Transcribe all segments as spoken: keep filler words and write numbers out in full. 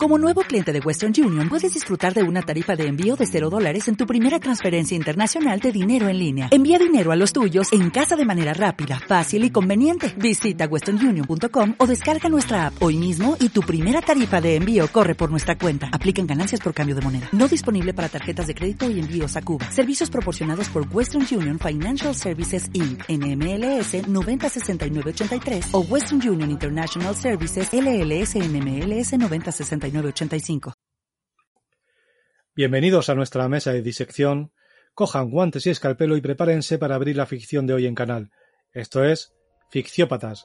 Como nuevo cliente de Western Union, puedes disfrutar de una tarifa de envío de cero dólares en tu primera transferencia internacional de dinero en línea. Envía dinero a los tuyos en casa de manera rápida, fácil y conveniente. Visita western union punto com o descarga nuestra app hoy mismo y tu primera tarifa de envío corre por nuestra cuenta. Aplican ganancias por cambio de moneda. No disponible para tarjetas de crédito y envíos a Cuba. Servicios proporcionados por Western Union Financial Services incorporated. N M L S noventa sesenta y nueve ochenta y tres o Western Union International Services L L S N M L S noventa sesenta y nueve ochenta y cinco. Bienvenidos a nuestra mesa de disección. Cojan guantes y escalpelo y prepárense para abrir la ficción de hoy en canal. Esto es Ficciópatas.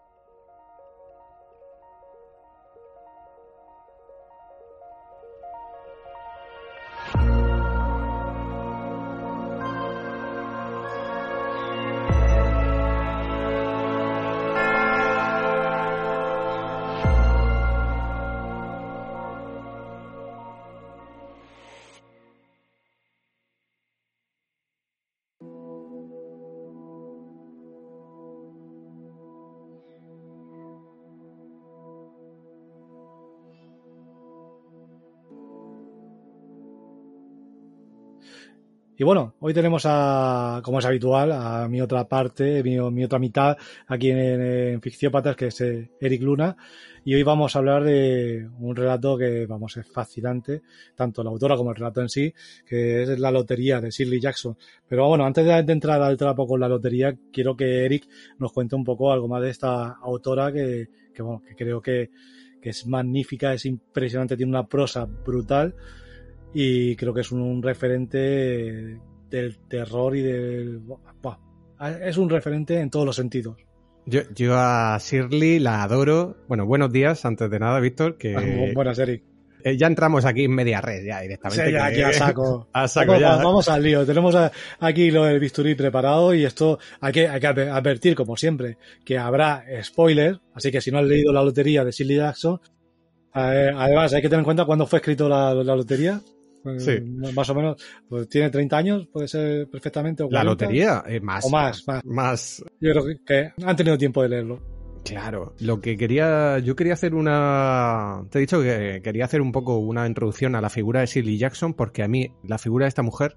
Y bueno, hoy tenemos a, como es habitual, a mi otra parte, mi, mi otra mitad aquí en, en Ficciópatas, que es eh, Eric Luna, y hoy vamos a hablar de un relato que, vamos, es fascinante, tanto la autora como el relato en sí, que es La lotería de Shirley Jackson. Pero bueno, antes de, de entrar al trapo con la lotería, quiero que Eric nos cuente un poco algo más de esta autora que, que bueno, que creo que, que es magnífica, es impresionante, tiene una prosa brutal. Y creo que es un, un referente del terror y del... Buah, es un referente en todos los sentidos. Yo, yo a Shirley la adoro. Bueno, buenos días, antes de nada, Víctor. Que... Ah, buenas, Eric. Eh, ya entramos aquí en media red, ya directamente. Sí, ya, que... aquí a saco. a saco vamos, ya. Vamos al lío. Tenemos a, aquí lo del bisturí preparado y esto hay que, hay que advertir, como siempre, que habrá spoilers. Así que si no has leído La lotería de Shirley Jackson, eh, además hay que tener en cuenta cuándo fue escrito la, la lotería. Sí. Más o menos, pues tiene treinta años, puede ser perfectamente. O la cuarenta, lotería, eh, más. O más, más. Más. Yo creo que, que han tenido tiempo de leerlo. Claro. Lo que quería, yo quería hacer una, te he dicho que quería hacer un poco una introducción a la figura de Shirley Jackson, porque a mí la figura de esta mujer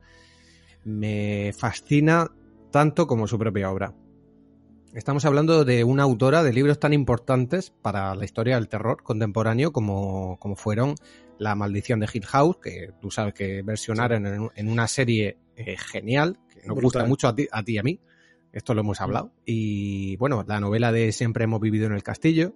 me fascina tanto como su propia obra. Estamos hablando de una autora de libros tan importantes para la historia del terror contemporáneo como, como fueron La maldición de Hill House, que tú sabes que versionaron sí. en, en una serie eh, genial, que nos Brutal. gusta mucho a ti, a ti y a mí. Esto lo hemos hablado. Y bueno, la novela de Siempre hemos vivido en el castillo.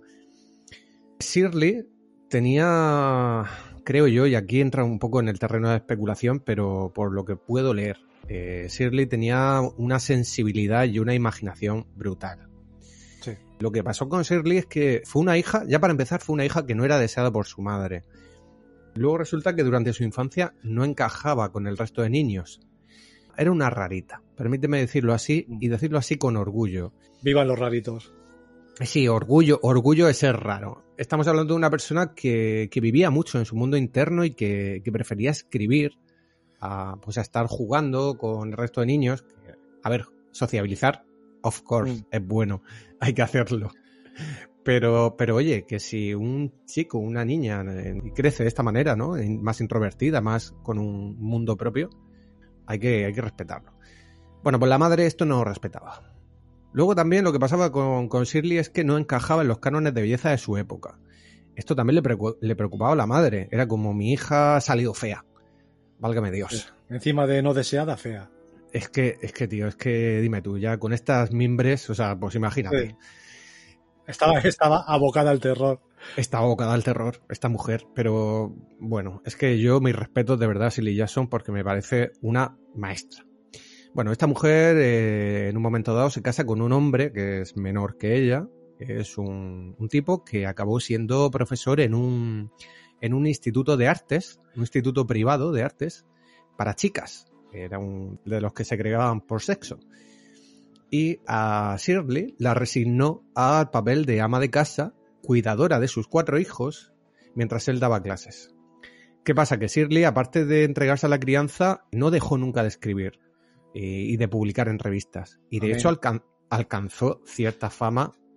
Shirley tenía, creo yo, y aquí entra un poco en el terreno de especulación, pero por lo que puedo leer, eh, Shirley tenía una sensibilidad y una imaginación brutal. Sí. Lo que pasó con Shirley es que fue una hija, ya para empezar, fue una hija que no era deseada por su madre. Luego resulta que durante su infancia no encajaba con el resto de niños. Era una rarita, permíteme decirlo así, y decirlo así con orgullo. ¡Vivan los raritos! Sí, orgullo, orgullo de ser raro. Estamos hablando de una persona que, que vivía mucho en su mundo interno y que, que prefería escribir a, pues a estar jugando con el resto de niños. A ver, sociabilizar, of course, mm. es bueno, hay que hacerlo. Pero, pero oye, que si un chico, una niña eh, crece de esta manera, ¿no? Más introvertida, más con un mundo propio, hay que, hay que respetarlo. Bueno, pues la madre esto no respetaba. Luego también lo que pasaba con, con Shirley es que no encajaba en los cánones de belleza de su época. Esto también le, preocup- le preocupaba a la madre. Era como mi hija ha salido fea. Válgame Dios. Sí, encima de no deseada, fea. Es que, es que, tío, es que dime tú, ya con estas mimbres, o sea, pues imagínate. Sí. Estaba, estaba abocada al terror. Estaba abocada al terror, esta mujer, pero bueno, es que yo mis respetos de verdad a Shirley Jackson porque me parece una maestra. Bueno, esta mujer eh, en un momento dado se casa con un hombre que es menor que ella, que es un, un tipo que acabó siendo profesor en un, en un instituto de artes, un instituto privado de artes para chicas, era un de los que se segregaban por sexo. Y a Shirley la resignó al papel de ama de casa, cuidadora de sus cuatro hijos, mientras él daba clases. ¿Qué pasa? Que Shirley, aparte de entregarse a la crianza, no dejó nunca de escribir y de publicar en revistas. Y de Amén. hecho alcan- alcanzó cierta fama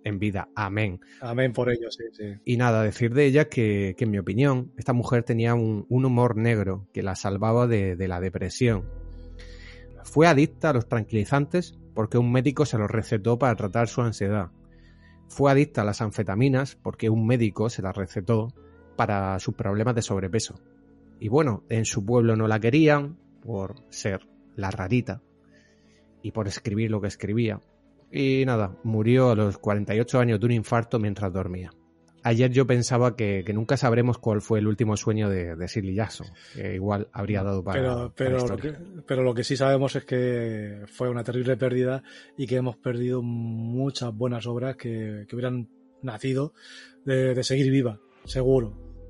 en vida. Amén. Amén por ello, sí, sí. Y nada, decir de ella que, que en mi opinión, esta mujer tenía un, un humor negro que la salvaba de, de la depresión. Fue adicta a los tranquilizantes porque un médico se los recetó para tratar su ansiedad. Fue adicta a las anfetaminas porque un médico se las recetó para sus problemas de sobrepeso. Y bueno, en su pueblo no la querían por ser la rarita y por escribir lo que escribía. Y nada, murió a los cuarenta y ocho años de un infarto mientras dormía. Ayer yo pensaba que, que nunca sabremos cuál fue el último sueño de, de Shirley Jackson, que igual habría dado para, pero, pero, para lo que, pero lo que sí sabemos es que fue una terrible pérdida y que hemos perdido muchas buenas obras que, que hubieran nacido de, de seguir viva, seguro.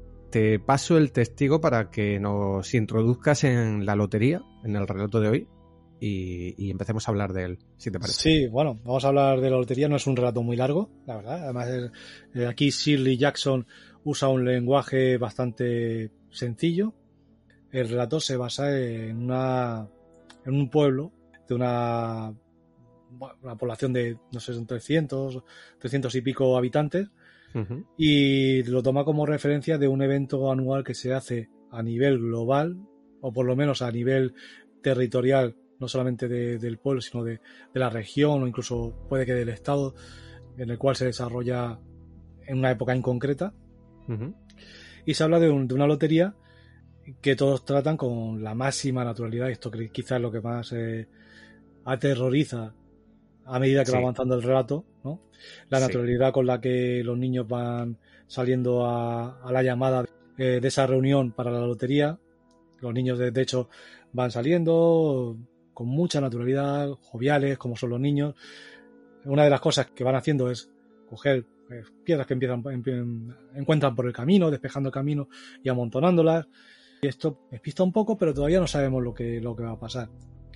Te paso el testigo para que nos introduzcas en la lotería, en el relato de hoy, y, y empecemos a hablar de él, si te parece. Sí, bueno, vamos a hablar de la lotería. No es un relato muy largo, la verdad. Además, eh, aquí Shirley Jackson usa un lenguaje bastante sencillo. El relato se basa en una en un pueblo de una, una población de, no sé, son trescientos, trescientos y pico habitantes. Uh-huh. Y lo toma como referencia de un evento anual que se hace a nivel global, o por lo menos a nivel territorial, no solamente de, del pueblo, sino de, de la región o incluso puede que del estado, en el cual se desarrolla en una época en concreta. Uh-huh. Y se habla de, un, de una lotería que todos tratan con la máxima naturalidad. Esto quizás es lo que más eh, aterroriza a medida que sí. va avanzando el relato, ¿no? La sí. naturalidad con la que los niños van saliendo a, a la llamada eh, de esa reunión para la lotería. Los niños, de, de hecho, van saliendo con mucha naturalidad, joviales, como son los niños. Una de las cosas que van haciendo es coger eh, piedras que empiezan, en, encuentran por el camino, despejando el camino y amontonándolas. Y esto despista un poco, pero todavía no sabemos lo que, lo que va a pasar.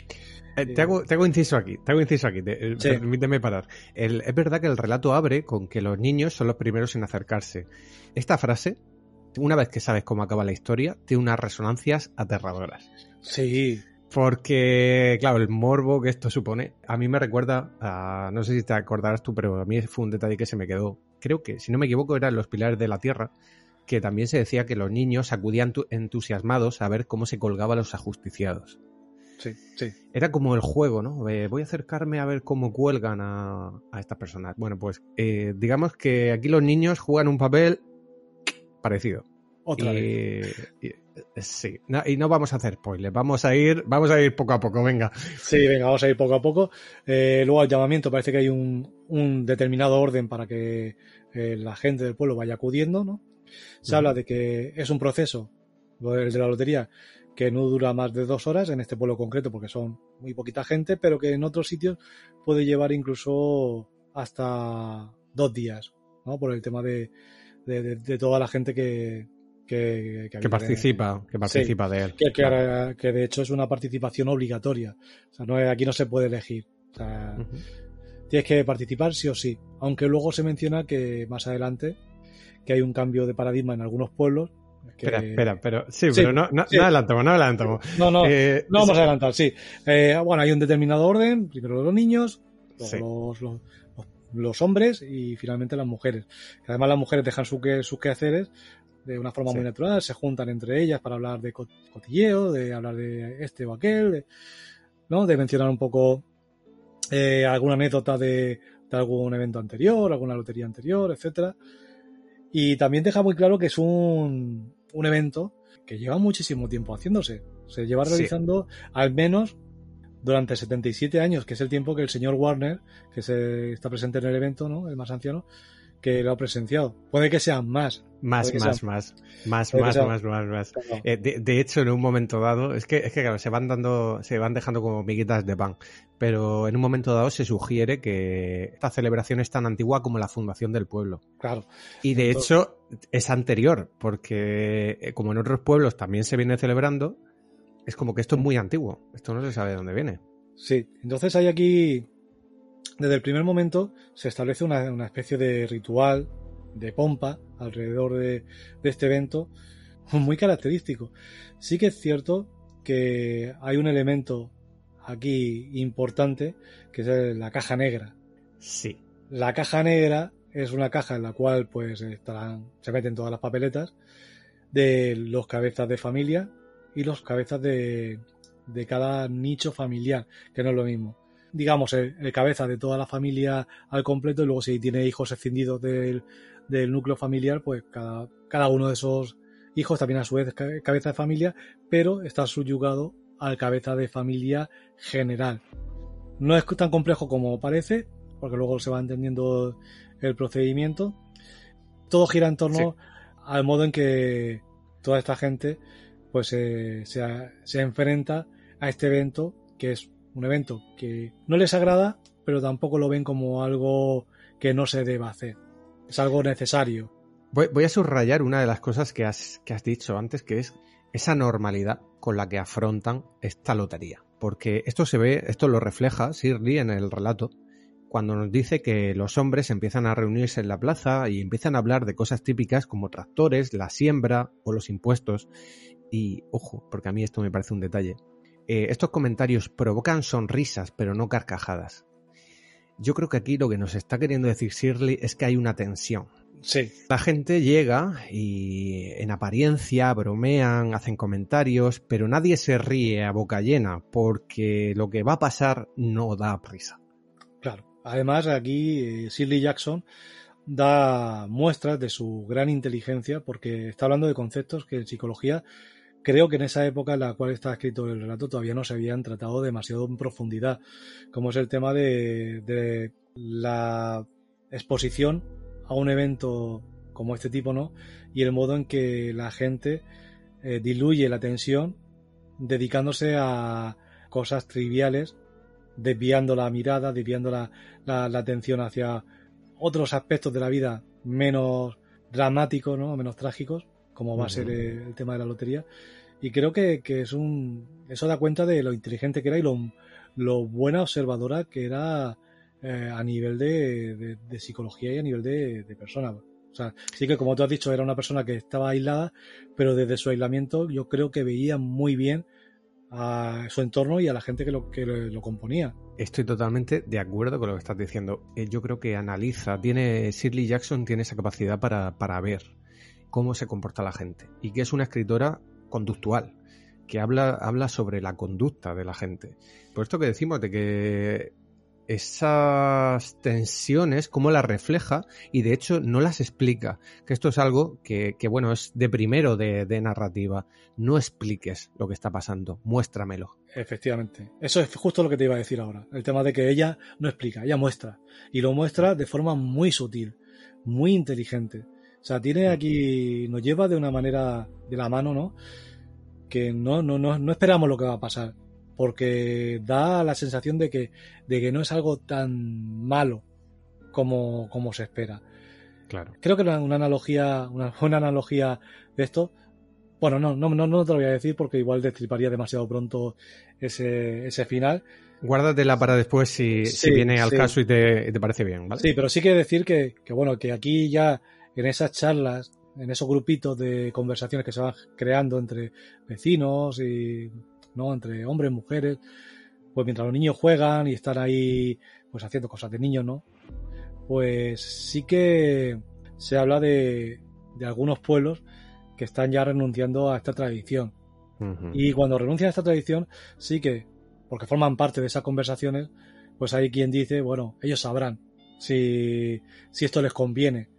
Eh, te, hago, te hago inciso aquí, te hago inciso aquí, te, sí. permíteme parar. El, es verdad que el relato abre con que los niños son los primeros en acercarse. Esta frase, una vez que sabes cómo acaba la historia, tiene unas resonancias aterradoras. Sí. Porque, claro, el morbo que esto supone, a mí me recuerda a, no sé si te acordarás tú, pero a mí fue un detalle que se me quedó. Creo que, si no me equivoco, eran Los Pilares de la Tierra, que también se decía que los niños acudían entusiasmados a ver cómo se colgaban los ajusticiados. Sí, sí. Era como el juego, ¿no? Eh, voy a acercarme a ver cómo cuelgan a, a estas personas. Bueno, pues eh, digamos que aquí los niños juegan un papel parecido. Otra y, vez. Y, sí, no, y no vamos a hacer spoilers, vamos a ir, vamos a ir poco a poco, venga. Sí, venga, vamos a ir poco a poco. Eh, luego al llamamiento parece que hay un, un determinado orden para que eh, la gente del pueblo vaya acudiendo, ¿no? Se uh-huh. habla de que es un proceso, el de la lotería, que no dura más de dos horas en este pueblo concreto porque son muy poquita gente, pero que en otros sitios puede llevar incluso hasta dos días, ¿no? Por el tema de, de, de, de toda la gente que, que, que, que participa, que participa sí, de él. Que, que, claro. que de hecho es una participación obligatoria. O sea, no, aquí no se puede elegir. O sea, uh-huh. tienes que participar sí o sí. Aunque luego se menciona que más adelante que hay un cambio de paradigma en algunos pueblos. Que... Espera, espera, pero sí, sí pero no, no, sí. no adelantamos, no adelantamos. No, no, eh, no vamos sí. a adelantar, sí. Eh, bueno, hay un determinado orden, primero los niños, luego sí. los, los, los hombres y finalmente las mujeres. Además las mujeres dejan su que, sus quehaceres de una forma sí. muy natural, se juntan entre ellas para hablar de cotilleo, de hablar de este o aquel, de, ¿no? De mencionar un poco eh, alguna anécdota de, de algún evento anterior, alguna lotería anterior, etcétera. Y también deja muy claro que es un, un evento que lleva muchísimo tiempo haciéndose. Se lleva realizando sí. al menos durante setenta y siete años, que es el tiempo que el señor Warner, que se está presente en el evento, ¿no? El más anciano, que lo ha presenciado. Puede que sean más. Más, más, sean... más, más, más, sea... más, más, más. Claro. Eh, de, de hecho, en un momento dado, es que, es que claro, se van dando, se van dejando como miguitas de pan, pero en un momento dado se sugiere que esta celebración es tan antigua como la fundación del pueblo. Claro. Y de Entonces... hecho, es anterior, porque como en otros pueblos también se viene celebrando, es como que esto es muy antiguo. Esto no se sabe de dónde viene. Sí, entonces hay aquí, desde el primer momento, se establece una, una especie de ritual, de pompa, alrededor de, de este evento, muy característico. Sí que es cierto que hay un elemento aquí importante, que es la caja negra. Sí. La caja negra es una caja en la cual pues estarán, se meten todas las papeletas de los cabezas de familia y los cabezas de, de cada nicho familiar, que no es lo mismo. Digamos, el, el cabeza de toda la familia al completo, y luego si tiene hijos escindidos del, del núcleo familiar, pues cada, cada uno de esos hijos también a su vez es cabeza de familia, pero está subyugado al cabeza de familia general. No es tan complejo como parece, porque luego se va entendiendo el procedimiento. Todo gira en torno sí. al modo en que toda esta gente pues eh, se, se enfrenta a este evento, que es un evento que no les agrada, pero tampoco lo ven como algo que no se deba hacer. Es algo necesario. Voy, voy a subrayar una de las cosas que has, que has dicho antes, que es esa normalidad con la que afrontan esta lotería. Porque esto se ve, esto lo refleja Shirley en el relato, cuando nos dice que los hombres empiezan a reunirse en la plaza y empiezan a hablar de cosas típicas como tractores, la siembra o los impuestos. Y, ojo, porque a mí esto me parece un detalle, eh, estos comentarios provocan sonrisas, pero no carcajadas. Yo creo que aquí lo que nos está queriendo decir Shirley es que hay una tensión. Sí. La gente llega y en apariencia bromean, hacen comentarios, pero nadie se ríe a boca llena porque lo que va a pasar no da prisa. Claro. Además, aquí eh, Shirley Jackson da muestras de su gran inteligencia porque está hablando de conceptos que en psicología creo que en esa época en la cual está escrito el relato todavía no se habían tratado demasiado en profundidad, como es el tema de, de la exposición a un evento como este tipo, ¿no? Y el modo en que la gente eh, diluye la tensión dedicándose a cosas triviales, desviando la mirada, desviando la, la, la atención hacia otros aspectos de la vida menos dramáticos, ¿no? Menos trágicos, como va uh-huh. a ser el, el tema de la lotería. Y creo que, que es un eso da cuenta de lo inteligente que era y lo, lo buena observadora que era eh, a nivel de, de, de psicología y a nivel de, de persona. O sea, sí que como tú has dicho, era una persona que estaba aislada, pero desde su aislamiento yo creo que veía muy bien a su entorno y a la gente que lo, que lo componía. Estoy totalmente de acuerdo con lo que estás diciendo. Eh, yo creo que analiza, tiene Shirley Jackson tiene esa capacidad para, para ver cómo se comporta la gente y que es una escritora conductual, que habla, habla sobre la conducta de la gente. Por esto que decimos de que esas tensiones, cómo las refleja y de hecho no las explica, que esto es algo que, que bueno, es de primero de, de narrativa. No expliques lo que está pasando, muéstramelo. Efectivamente, eso es justo lo que te iba a decir ahora, el tema de que ella no explica, ella muestra, y lo muestra de forma muy sutil, muy inteligente. O sea, tiene aquí, nos lleva de una manera de la mano, ¿no? Que no, no, no, no esperamos lo que va a pasar, porque da la sensación de que, de que no es algo tan malo como, como se espera. Claro. Creo que una, una analogía, una buena analogía de esto, bueno, no, no, no, no te lo voy a decir porque igual destriparía demasiado pronto ese, ese final. Guárdatela para después si, sí, si viene al sí. caso y te, y te parece bien, ¿vale? Sí, pero sí que decir que, que bueno, que aquí ya en esas charlas, en esos grupitos de conversaciones que se van creando entre vecinos y no entre hombres, mujeres, pues mientras los niños juegan y están ahí pues haciendo cosas de niños, ¿no? Pues sí que se habla de, de algunos pueblos que están ya renunciando a esta tradición. Uh-huh. Y cuando renuncian a esta tradición, sí que, porque forman parte de esas conversaciones, pues hay quien dice, bueno, ellos sabrán si, si esto les conviene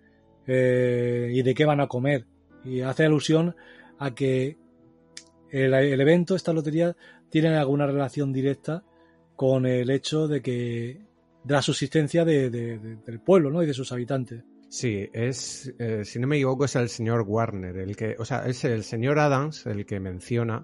eh, y de qué van a comer. Y hace alusión a que el, el evento, esta lotería, tiene alguna relación directa con el hecho de que de la subsistencia de, de, de, del pueblo, ¿no? Y de sus habitantes. Sí, es, eh, si no me equivoco, es el señor Warner, el que, o sea, es el señor Adams el que menciona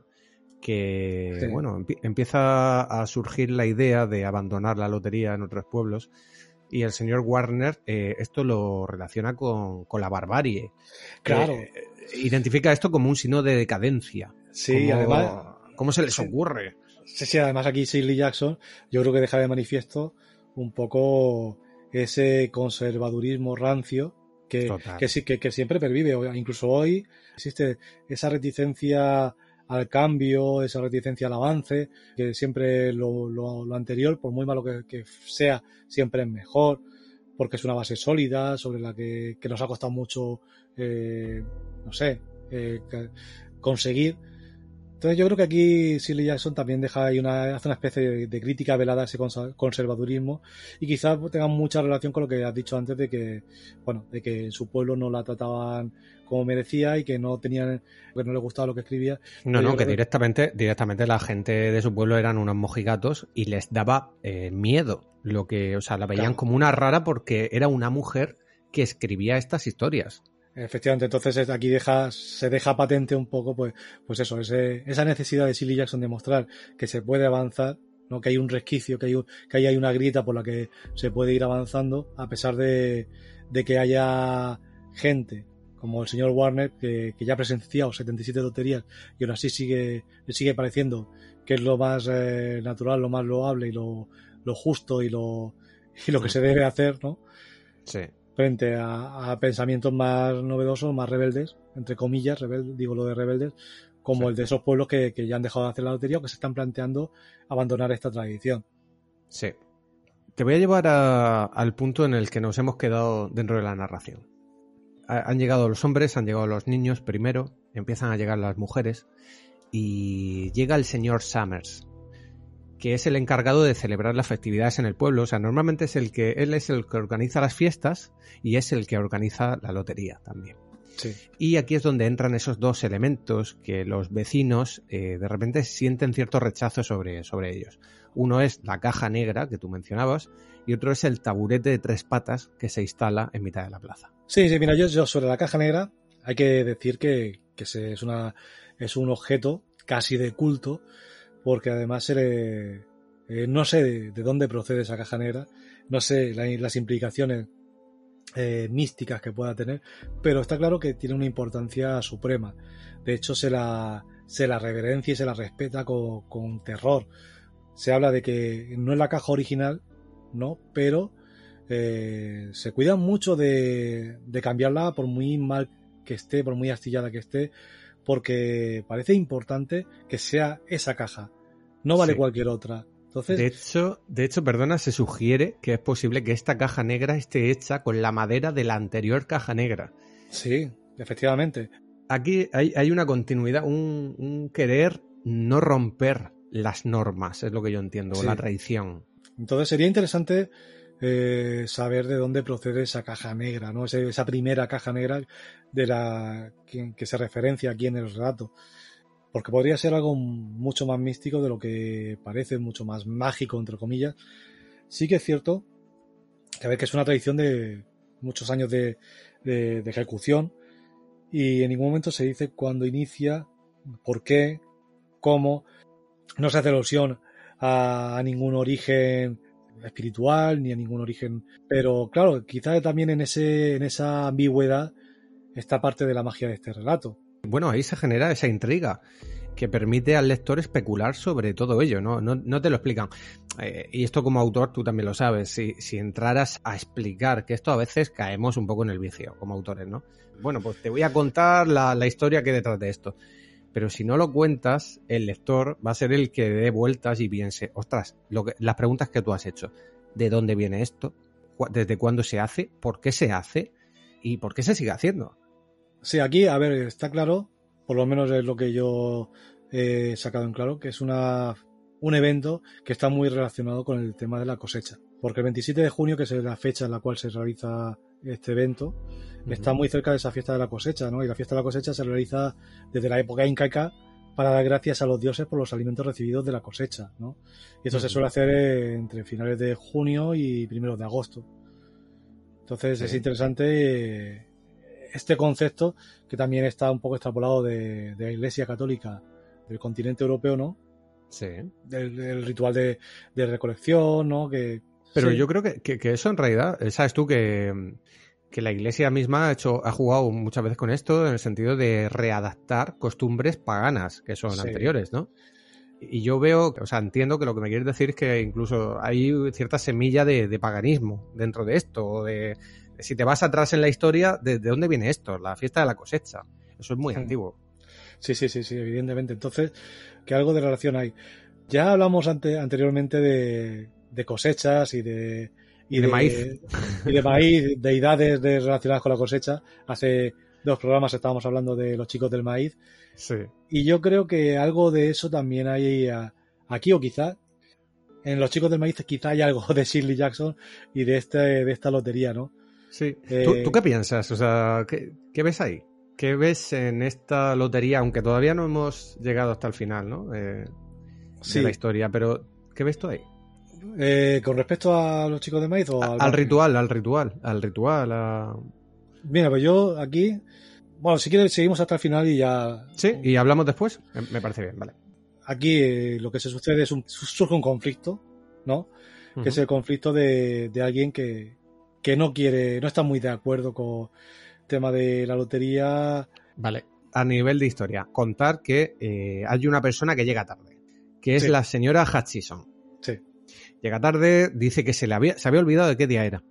que, sí. bueno, empie- empieza a surgir la idea de abandonar la lotería en otros pueblos y el señor Warner eh, esto lo relaciona con, con la barbarie. Claro. Eh, identifica esto como un signo de decadencia. Sí, como, además... ¿Cómo se les sí. ocurre? Sí, sí, además aquí Shirley Jackson yo creo que deja de manifiesto un poco ese conservadurismo rancio que, que, sí, que, que siempre pervive. Incluso hoy existe esa reticencia al cambio, esa reticencia al avance, que siempre lo, lo, lo anterior, por muy malo que, que sea, siempre es mejor. porque es una base sólida sobre la que, que nos ha costado mucho, eh, no sé, eh, conseguir. Entonces yo creo que aquí Shirley Jackson también deja ahí una, hace una especie de, de crítica velada a ese conservadurismo, y quizás tenga mucha relación con lo que has dicho antes de que, bueno, de que en su pueblo no la trataban como merecía y que no tenían, que no les gustaba lo que escribía. No, no, que, que directamente, directamente la gente de su pueblo eran unos mojigatos y les daba eh, miedo, lo que, o sea, la veían claro. como una rara porque era una mujer que escribía estas historias. Efectivamente, entonces aquí deja, se deja patente un poco, pues, pues eso, ese, esa necesidad de Shirley Jackson de mostrar que se puede avanzar, ¿no? Que hay un resquicio, que hay, un, que hay una grieta por la que se puede ir avanzando, a pesar de, de que haya gente como el señor Warner, que, que ya ha presenciado setenta y siete loterías y aún así sigue, le sigue pareciendo que es lo más eh, natural, lo más loable y lo, lo justo y lo, y lo que se debe hacer, ¿no? Sí. Frente a, a pensamientos más novedosos, más rebeldes, entre comillas, rebelde, digo lo de rebeldes, como sí. el de esos pueblos que, que ya han dejado de hacer la lotería o que se están planteando abandonar esta tradición. Sí. Te voy a llevar a, al punto en el que nos hemos quedado dentro de la narración. Ha, han llegado los hombres, han llegado los niños primero, empiezan a llegar las mujeres y llega el señor Summers, que es el encargado de celebrar las festividades en el pueblo. O sea, normalmente es el que él es el que organiza las fiestas y es el que organiza la lotería también. Sí. Y aquí es donde entran esos dos elementos que los vecinos eh, de repente sienten cierto rechazo sobre, sobre ellos. Uno es la caja negra que tú mencionabas y otro es el taburete de tres patas que se instala en mitad de la plaza. Sí, sí, mira, yo, yo sobre la caja negra hay que decir que, que se, es, una, es un objeto casi de culto, porque además se le, eh, no sé de, de dónde procede esa caja negra, no sé la, las implicaciones eh, místicas que pueda tener, pero está claro que tiene una importancia suprema. De hecho, se la, se la reverencia y se la respeta con, con terror. Se habla de que no es la caja original, ¿no? Pero eh, se cuidan mucho de, de cambiarla por muy mal que esté, por muy astillada que esté, porque parece importante que sea esa caja. No vale sí. cualquier otra. Entonces, de hecho, de hecho, perdona, se sugiere que es posible que esta caja negra esté hecha con la madera de la anterior caja negra. Sí, efectivamente. Aquí hay, hay una continuidad, un, un querer no romper las normas, es lo que yo entiendo, sí. la tradición. Entonces sería interesante eh, saber de dónde procede esa caja negra, ¿no? Esa, esa primera caja negra de la que, que se referencia aquí en el relato. Porque podría ser algo mucho más místico de lo que parece, mucho más mágico, entre comillas. Sí que es cierto que a ver que es una tradición de muchos años de, de, de ejecución y en ningún momento se dice cuándo inicia, por qué, cómo. No se hace alusión a, a ningún origen espiritual ni a ningún origen. Pero claro, quizás también en, ese, en esa ambigüedad está parte de la magia de este relato. Bueno, ahí se genera esa intriga que permite al lector especular sobre todo ello, ¿no? No, no te lo explican. Eh, y esto como autor tú también lo sabes. Si, si entraras a explicar, que esto a veces caemos un poco en el vicio como autores, ¿no? Bueno, pues te voy a contar la, la historia que hay detrás de esto. Pero si no lo cuentas, el lector va a ser el que dé vueltas y piense, ostras, lo que, las preguntas que tú has hecho. ¿De dónde viene esto? ¿Desde cuándo se hace? ¿Por qué se hace? ¿Y por qué se sigue haciendo? Sí, aquí, a ver, está claro, por lo menos es lo que yo he sacado en claro, que es una, un evento que está muy relacionado con el tema de la cosecha. Porque el veintisiete de junio, que es la fecha en la cual se realiza este evento, uh-huh. está muy cerca de esa fiesta de la cosecha, ¿no? Y la fiesta de la cosecha se realiza desde la época incaica para dar gracias a los dioses por los alimentos recibidos de la cosecha, ¿no? Y esto uh-huh. se suele hacer entre finales de junio y primeros de agosto. Entonces sí. es interesante este concepto que también está un poco extrapolado de, de la Iglesia Católica del continente europeo, ¿no? Sí. Del, del ritual de, de recolección, ¿no? Que, Pero sí. yo creo que, que, que eso en realidad, sabes tú que, que la Iglesia misma ha hecho, ha jugado muchas veces con esto en el sentido de readaptar costumbres paganas que son sí. anteriores, ¿no? Y yo veo, o sea, entiendo que lo que me quieres decir es que incluso hay cierta semilla de, de paganismo dentro de esto, o de, de si te vas atrás en la historia, ¿de, de dónde viene esto? La fiesta de la cosecha. Eso es muy sí. antiguo. Sí, sí, sí, sí, evidentemente. Entonces, que algo de relación hay. Ya hablamos ante, anteriormente de, de cosechas y de y, y de, de maíz. Y de maíz, deidades de, relacionadas con la cosecha. Hace dos programas estábamos hablando de los chicos del maíz. Sí. Y yo creo que algo de eso también hay a, aquí, o quizá en los chicos del maíz quizá hay algo de Shirley Jackson y de este de esta lotería, ¿no? Sí. Eh, ¿Tú, ¿Tú qué piensas? O sea, ¿qué, ¿qué ves ahí? ¿Qué ves en esta lotería? Aunque todavía no hemos llegado hasta el final, ¿no? Eh, sí. De la historia, pero ¿qué ves tú ahí? Eh, ¿Con respecto a los chicos del maíz o A, al, al ritual, al ritual, al ritual. A... Mira, pues yo aquí... Bueno, si quieres seguimos hasta el final y ya... Sí, y hablamos después. Me parece bien, vale. Aquí eh, lo que se sucede es un, surge un conflicto, ¿no? Uh-huh. Que es el conflicto de, de alguien que, que no quiere, no está muy de acuerdo con el tema de la lotería. Vale, a nivel de historia, contar que eh, hay una persona que llega tarde, que es sí. la señora Hutchison. Sí. Llega tarde, dice que se le había, se había olvidado de qué día era.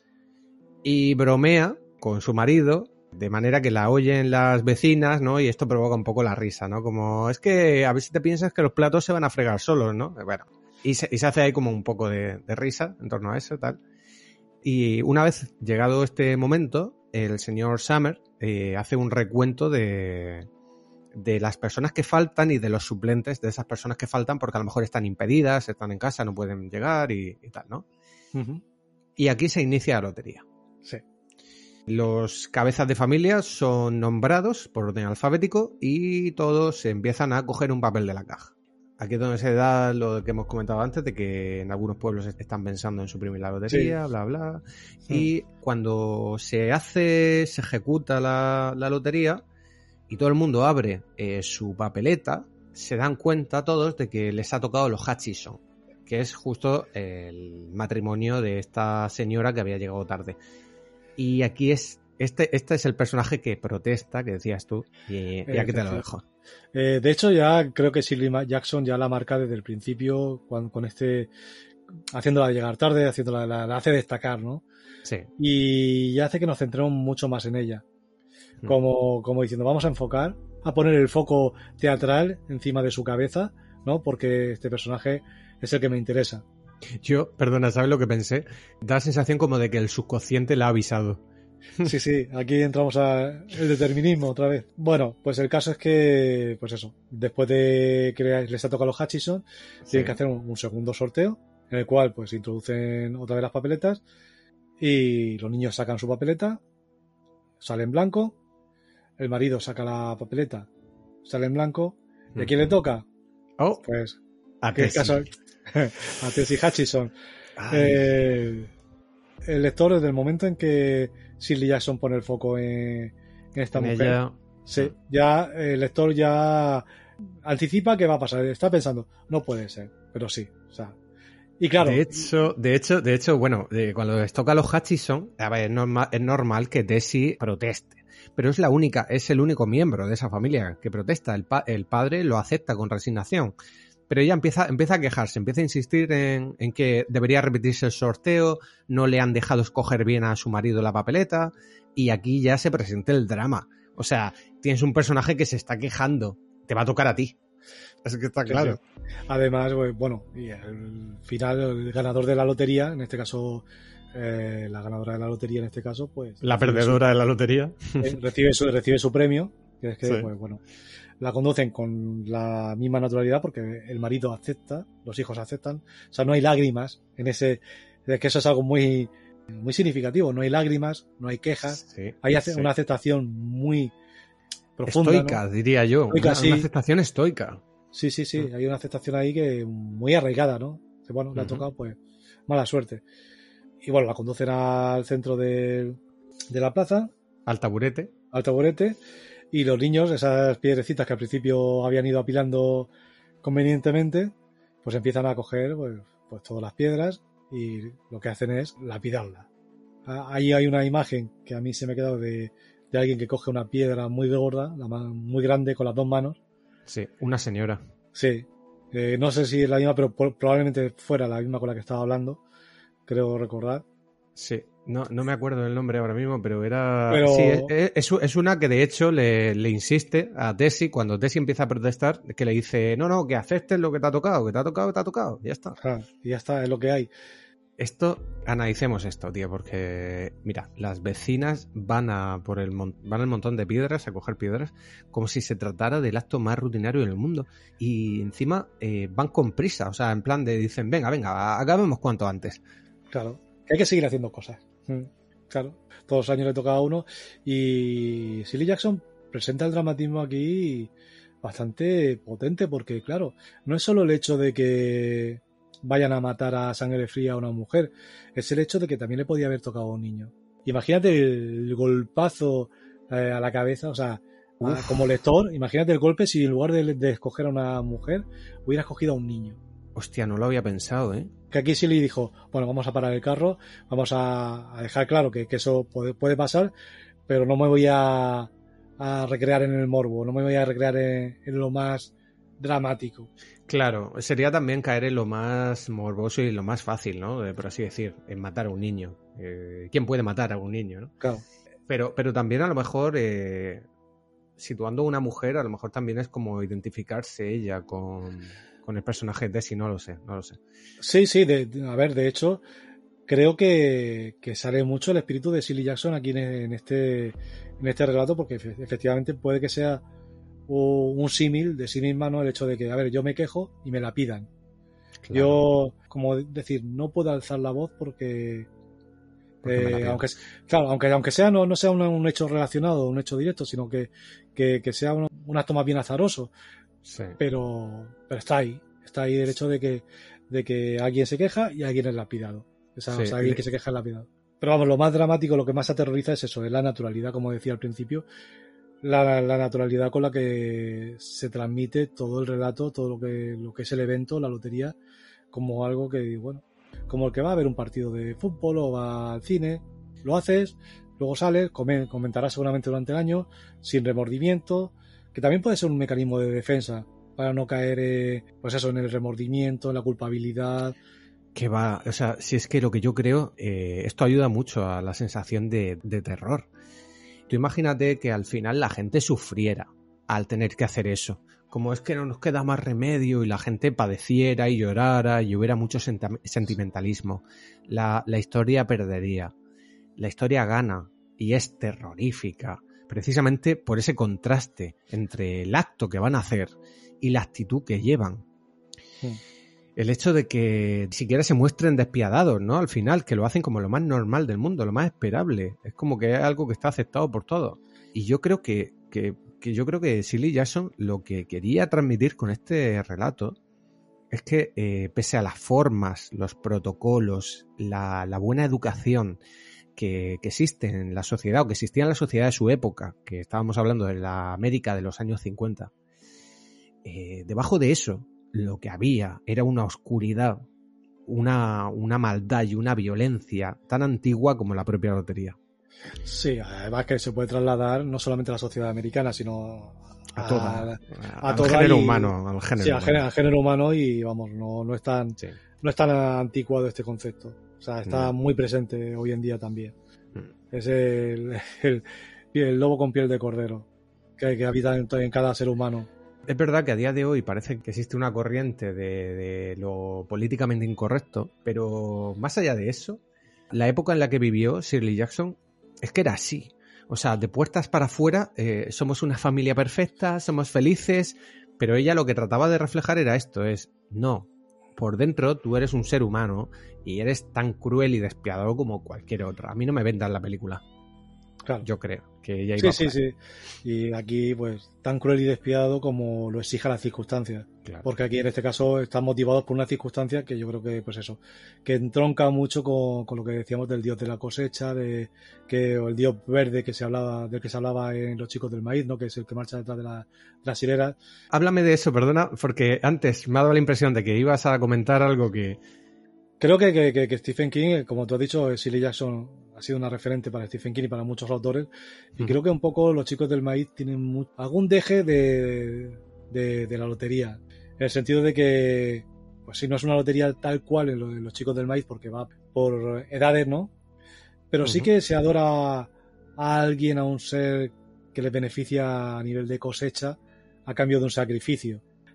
Y bromea con su marido, de manera que la oyen las vecinas, ¿no? Y esto provoca un poco la risa, ¿no? Como, es que a ver si te piensas que los platos se van a fregar solos, ¿no? Bueno, y se, y se hace ahí como un poco de, de risa en torno a eso, tal. Y una vez llegado este momento, el señor Summer eh, hace un recuento de, de las personas que faltan y de los suplentes de esas personas que faltan porque a lo mejor están impedidas, están en casa, no pueden llegar y, y tal, ¿no? Uh-huh. Y aquí se inicia la lotería. Sí. Los cabezas de familia son nombrados por orden alfabético y todos empiezan a coger un papel de la caja. Aquí es donde se da lo que hemos comentado antes, de que en algunos pueblos están pensando en suprimir la lotería, sí. bla, bla. Sí. Y cuando se hace, se ejecuta la, la lotería y todo el mundo abre eh, su papeleta, se dan cuenta todos de que les ha tocado los Hutchison, que es justo el matrimonio de esta señora que había llegado tarde. Y aquí es este este es el personaje que protesta, que decías tú, y, y aquí te lo dejo. Eh, de hecho, ya creo que Shirley Jackson ya la marca desde el principio, cuando, con este, haciéndola llegar tarde, haciéndola, la, la hace destacar, ¿no? Sí. Y ya hace que nos centremos mucho más en ella. Como, como diciendo, vamos a enfocar, a poner el foco teatral encima de su cabeza, ¿no? Porque este personaje es el que me interesa. Yo, perdona, ¿sabes lo que pensé? Da la sensación como de que el subconsciente la ha avisado. Sí, sí, aquí entramos al determinismo otra vez. Bueno, pues el caso es que, pues eso, después de que les ha tocado a los Hutchison, sí. tienen que hacer un, un segundo sorteo, en el cual pues introducen otra vez las papeletas y los niños sacan su papeleta, sale en blanco, el marido saca la papeleta, sale en blanco, ¿y a quién le toca? Oh, pues a Tessie. Caso, a Tessie Hutchison. Eh, el lector, desde el momento en que Shirley Jackson pone el foco en, en esta en mujer, ella... sí, ya el lector ya anticipa qué va a pasar. Está pensando, no puede ser, pero sí, o sea. Y claro. De hecho, de hecho, de hecho, bueno, de, cuando les toca a los Hutchison, a ver, es normal, es normal que Tessie proteste. Pero es la única, es el único miembro de esa familia que protesta. El, pa, el padre lo acepta con resignación. Pero ella empieza, empieza a quejarse, empieza a insistir en, en que debería repetirse el sorteo, no le han dejado escoger bien a su marido la papeleta, y aquí ya se presenta el drama. O sea, tienes un personaje que se está quejando, te va a tocar a ti. Es que está claro. Sí, sí. Además, bueno, y al final el ganador de la lotería, en este caso, eh, la ganadora de la lotería en este caso, pues... La perdedora su, de la lotería. Eh, recibe, su, recibe su premio, que es que, sí. pues bueno... La conducen con la misma naturalidad porque el marido acepta, los hijos aceptan. O sea, no hay lágrimas en ese... Es que eso es algo muy, muy significativo. No hay lágrimas, no hay quejas. Sí, hay sí. una aceptación muy profunda. Estoica, ¿no? Diría yo. Estoica, una, sí. una aceptación estoica. Sí, sí, sí. Hay una aceptación ahí que muy arraigada, ¿no? Que, bueno, le ha tocado, pues, mala suerte. Y bueno, la conducen al centro de, de la plaza. Al taburete. Al taburete. Y los niños, esas piedrecitas que al principio habían ido apilando convenientemente, pues empiezan a coger pues, pues todas las piedras y lo que hacen es lapidarlas. Ahí hay una imagen que a mí se me ha quedado de, de alguien que coge una piedra muy gorda, la muy grande, con las dos manos. Sí, una señora. Sí. Eh, no sé si es la misma, pero probablemente fuera la misma con la que estaba hablando, creo recordar. Sí. No, no me acuerdo del nombre ahora mismo, pero era... Pero... Sí, es, es, es una que de hecho le, le insiste a Tessie, cuando Tessie empieza a protestar, que le dice, no, no, que aceptes lo que te ha tocado, que te ha tocado, que te ha tocado, y ya está. Ajá, y ya está, es lo que hay. Esto, analicemos esto, tío, porque, mira, las vecinas van a por el mon- van al montón de piedras, a coger piedras, como si se tratara del acto más rutinario del mundo. Y encima eh, van con prisa, o sea, en plan de dicen, venga, venga, acabemos cuanto antes. Claro, que hay que seguir haciendo cosas. Mm, Claro, todos los años le toca a uno. Y Shirley Jackson presenta el dramatismo aquí bastante potente, porque, claro, no es solo el hecho de que vayan a matar a sangre fría a una mujer, es el hecho de que también le podía haber tocado a un niño. Imagínate el golpazo eh, a la cabeza, o sea, a- Uf. como lector, imagínate el golpe si en lugar de, de escoger a una mujer, hubiera escogido a un niño. Hostia, no lo había pensado, ¿eh? Que aquí Silly dijo, bueno, vamos a parar el carro, vamos a, a dejar claro que, que eso puede, puede pasar, pero no me voy a, a recrear en el morbo, no me voy a recrear en, en lo más dramático. Claro, sería también caer en lo más morboso y lo más fácil, ¿no? Eh, por así decir, en matar a un niño. Eh, ¿quién puede matar a un niño, no? Claro, Pero, pero también a lo mejor, eh, situando a una mujer, a lo mejor también es como identificarse ella con, con el personaje de Desi, no lo sé, no lo sé. sí, sí, de, de- a ver, de hecho, creo que, que sale mucho el espíritu de Silly Jackson aquí en, en este en este relato, porque efe- efectivamente puede que sea un, un símil de sí misma, ¿no? El hecho de que, a ver, yo me quejo y me la pidan. Claro, Yo, como decir, no puedo alzar la voz porque, porque me la eh, pido. aunque, claro, aunque, aunque sea no, no sea un, un hecho relacionado, un hecho directo, sino que, que, que sea un, un acto más bien azaroso, Sí. pero, pero está ahí, está ahí el hecho de que, de que alguien se queja y alguien es lapidado. O sea, Sí, o sea, alguien le- que se queja es lapidado. Pero vamos, lo más dramático, lo que más aterroriza es eso, es la naturalidad, como decía al principio, la, la naturalidad con la que se transmite todo el relato, todo lo que, lo que es el evento, la lotería, como algo que, bueno, como el que va a ver un partido de fútbol o va al cine, lo haces, luego sales, come- comentarás seguramente durante el año, sin remordimiento, que también puede ser un mecanismo de defensa para no caer, eh, pues eso, en el remordimiento, en la culpabilidad. Que va, o sea, si es que lo que yo creo, eh, esto ayuda mucho a la sensación de, de terror. Tú imagínate que al final la gente sufriera al tener que hacer eso. Como es que no nos queda más remedio y la gente padeciera y llorara y hubiera mucho senta- sentimentalismo. La, la historia perdería. La historia gana y es terrorífica. Precisamente por ese contraste entre el acto que van a hacer y la actitud que llevan. Hmm. El hecho de que ni siquiera se muestren despiadados, ¿no? Al final, que lo hacen como lo más normal del mundo, lo más esperable. Es como que es algo que está aceptado por todos. Y yo creo que, que, que yo creo que Shirley Jackson lo que quería transmitir con este relato es que eh, pese a las formas, los protocolos, la, la buena educación que, que existe en la sociedad o que existía en la sociedad de su época, que estábamos hablando de la América de los años cincuenta, eh, debajo de eso lo que había era una oscuridad, una, una maldad y una violencia tan antigua como la propia lotería. Sí, además que se puede trasladar no solamente a la sociedad americana, sino A toda, a, a, al toda género y- humano, al género sí, al humano. género, al género humano y vamos, no, no es tan, Sí. no es tan anticuado este concepto. O sea, está No. muy presente hoy en día también. Mm. Es el, el, el lobo con piel de cordero que, que habita en, en cada ser humano. Es verdad que a día de hoy parece que existe una corriente de, de lo políticamente incorrecto, pero más allá de eso, la época en la que vivió Shirley Jackson es que era así. O sea, de puertas para afuera, eh, somos una familia perfecta, somos felices, pero ella lo que trataba de reflejar era esto, es, no, por dentro tú eres un ser humano y eres tan cruel y despiadado como cualquier otra. A mí no me vendan la película, Claro. yo creo que ella iba Sí, por sí, ahí. sí. Y aquí, pues, tan cruel y despiadado como lo exija las circunstancias. Claro. Porque aquí, en este caso, están motivados por una circunstancia que yo creo que, pues eso, que entronca mucho con, con lo que decíamos del dios de la cosecha, de que o el dios verde que se hablaba, del que se hablaba en Los Chicos del Maíz, ¿no? Que es el que marcha detrás de, la, de las hileras. Háblame de eso, perdona, porque antes me ha dado la impresión de que ibas a comentar algo que... Creo que, que, que, que Stephen King, como tú has dicho, Shirley Jackson ha sido una referente para Stephen King y para muchos autores. Y Mm. creo que un poco Los Chicos del Maíz tienen mu- algún deje de, de, de la lotería. En el sentido de que, pues sí, no es una lotería tal cual en, lo, en Los Chicos del Maíz, porque va por edades, ¿no? Pero sí Ujú. que se adora a alguien, a un ser que le beneficia a nivel de cosecha a cambio de un sacrificio.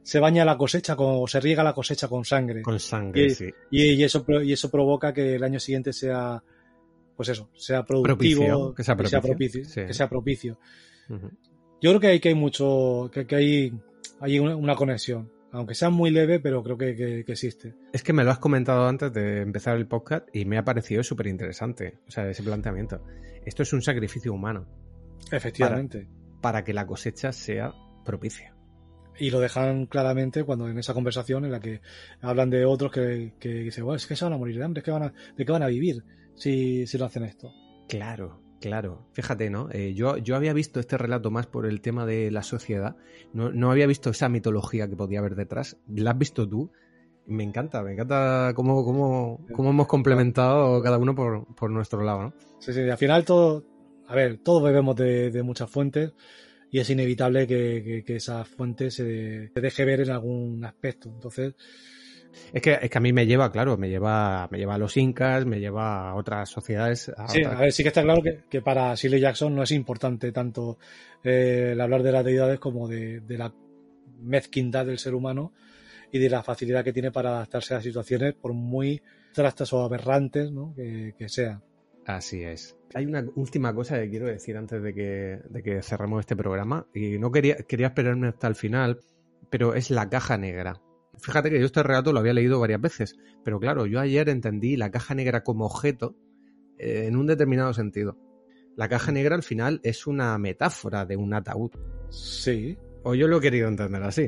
se baña la cosecha con, o se riega la cosecha con sangre. Con sangre, y, sí. Y, y, eso, y eso provoca que el año siguiente sea, pues eso, sea productivo, propicio, que sea propicio. Que sea propicio, sí. que sea propicio. Uh-huh. Yo creo que hay, que hay mucho, que, que hay, hay una, una conexión. Aunque sea muy leve, pero creo que, que, que existe. Es que me lo has comentado antes de empezar el podcast y me ha parecido súper interesante, o sea, ese planteamiento. Esto es un sacrificio humano. Efectivamente. Para, para que la cosecha sea propicia. Y lo dejan claramente cuando en esa conversación en la que hablan de otros que, que dicen, bueno, es que se van a morir de hambre, es que van a, ¿de qué van a vivir si, si no hacen esto? Claro. Claro, fíjate, ¿no? Eh, yo, yo había visto este relato más por el tema de la sociedad, no, no había visto esa mitología que podía haber detrás. ¿La has visto tú? Me encanta, me encanta cómo, cómo, cómo hemos complementado cada uno por, por nuestro lado, ¿no? Sí, sí, al final todo, a ver, todos bebemos de, de muchas fuentes y es inevitable que, que, que esa fuente se, se deje ver en algún aspecto, entonces... Es que, es que a mí me lleva, claro, me lleva, me lleva a los incas, me lleva a otras sociedades. A sí, otras... a ver, sí que está claro que, que para Shirley Jackson no es importante tanto eh, el hablar de las deidades como de, de la mezquindad del ser humano y de la facilidad que tiene para adaptarse a situaciones por muy trastas o aberrantes, ¿no? que, que sean. Así es. Hay una última cosa que quiero decir antes de que, de que cerremos este programa y no quería, quería esperarme hasta el final, pero es la caja negra. Fíjate que yo este relato lo había leído varias veces, pero claro, yo ayer entendí la caja negra como objeto eh, en un determinado sentido. La caja negra al final es una metáfora de un ataúd. Sí. O yo lo he querido entender así.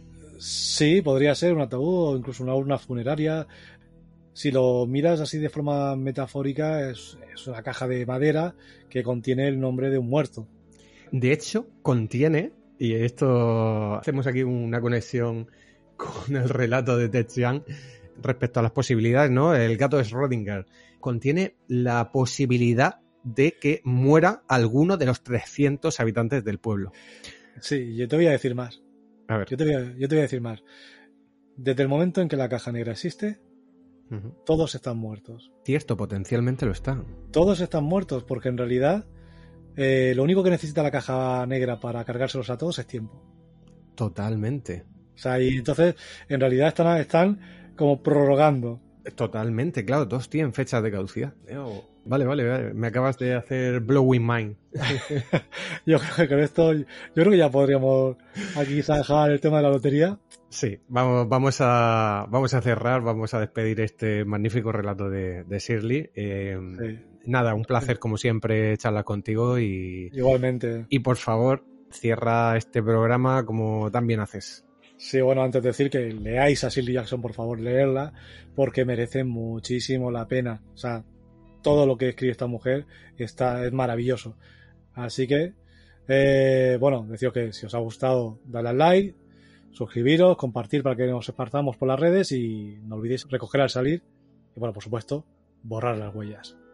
Sí, podría ser un ataúd o incluso una urna funeraria. Si lo miras así de forma metafórica, es, es una caja de madera que contiene el nombre de un muerto. De hecho, contiene, y esto hacemos aquí una conexión con el relato de Ted Chiang respecto a las posibilidades, ¿no? El gato de Schrödinger contiene la posibilidad de que muera alguno de los trescientos habitantes del pueblo. Sí, yo te voy a decir más. A ver. Yo te voy a, yo te voy a decir más. Desde el momento en que la caja negra existe, uh-huh. todos están muertos. Cierto, potencialmente lo están. Todos están muertos porque en realidad eh, lo único que necesita la caja negra para cargárselos a todos es tiempo. Totalmente. O sea, y entonces, en realidad están, están como prorrogando. Totalmente, claro, todos tienen fechas de caducidad. Oh, vale, vale, vale, me acabas de hacer blowing mind. Yo creo que con esto, yo creo que ya podríamos aquí dejar el tema de la lotería. Sí, vamos, vamos a vamos a cerrar, vamos a despedir este magnífico relato de, de Shirley. Eh, sí. Nada, un placer como siempre charlar contigo y... Igualmente. Y por favor, cierra este programa como tan bien haces. Sí, bueno, antes de decir que leáis a Shirley Jackson, por favor, leerla, porque merece muchísimo la pena. O sea, todo lo que escribe esta mujer está, es maravilloso. Así que, eh, bueno, deciros que si os ha gustado, dale al like, suscribiros, compartir para que nos espartamos por las redes y no olvidéis recoger al salir y, bueno, por supuesto, borrar las huellas.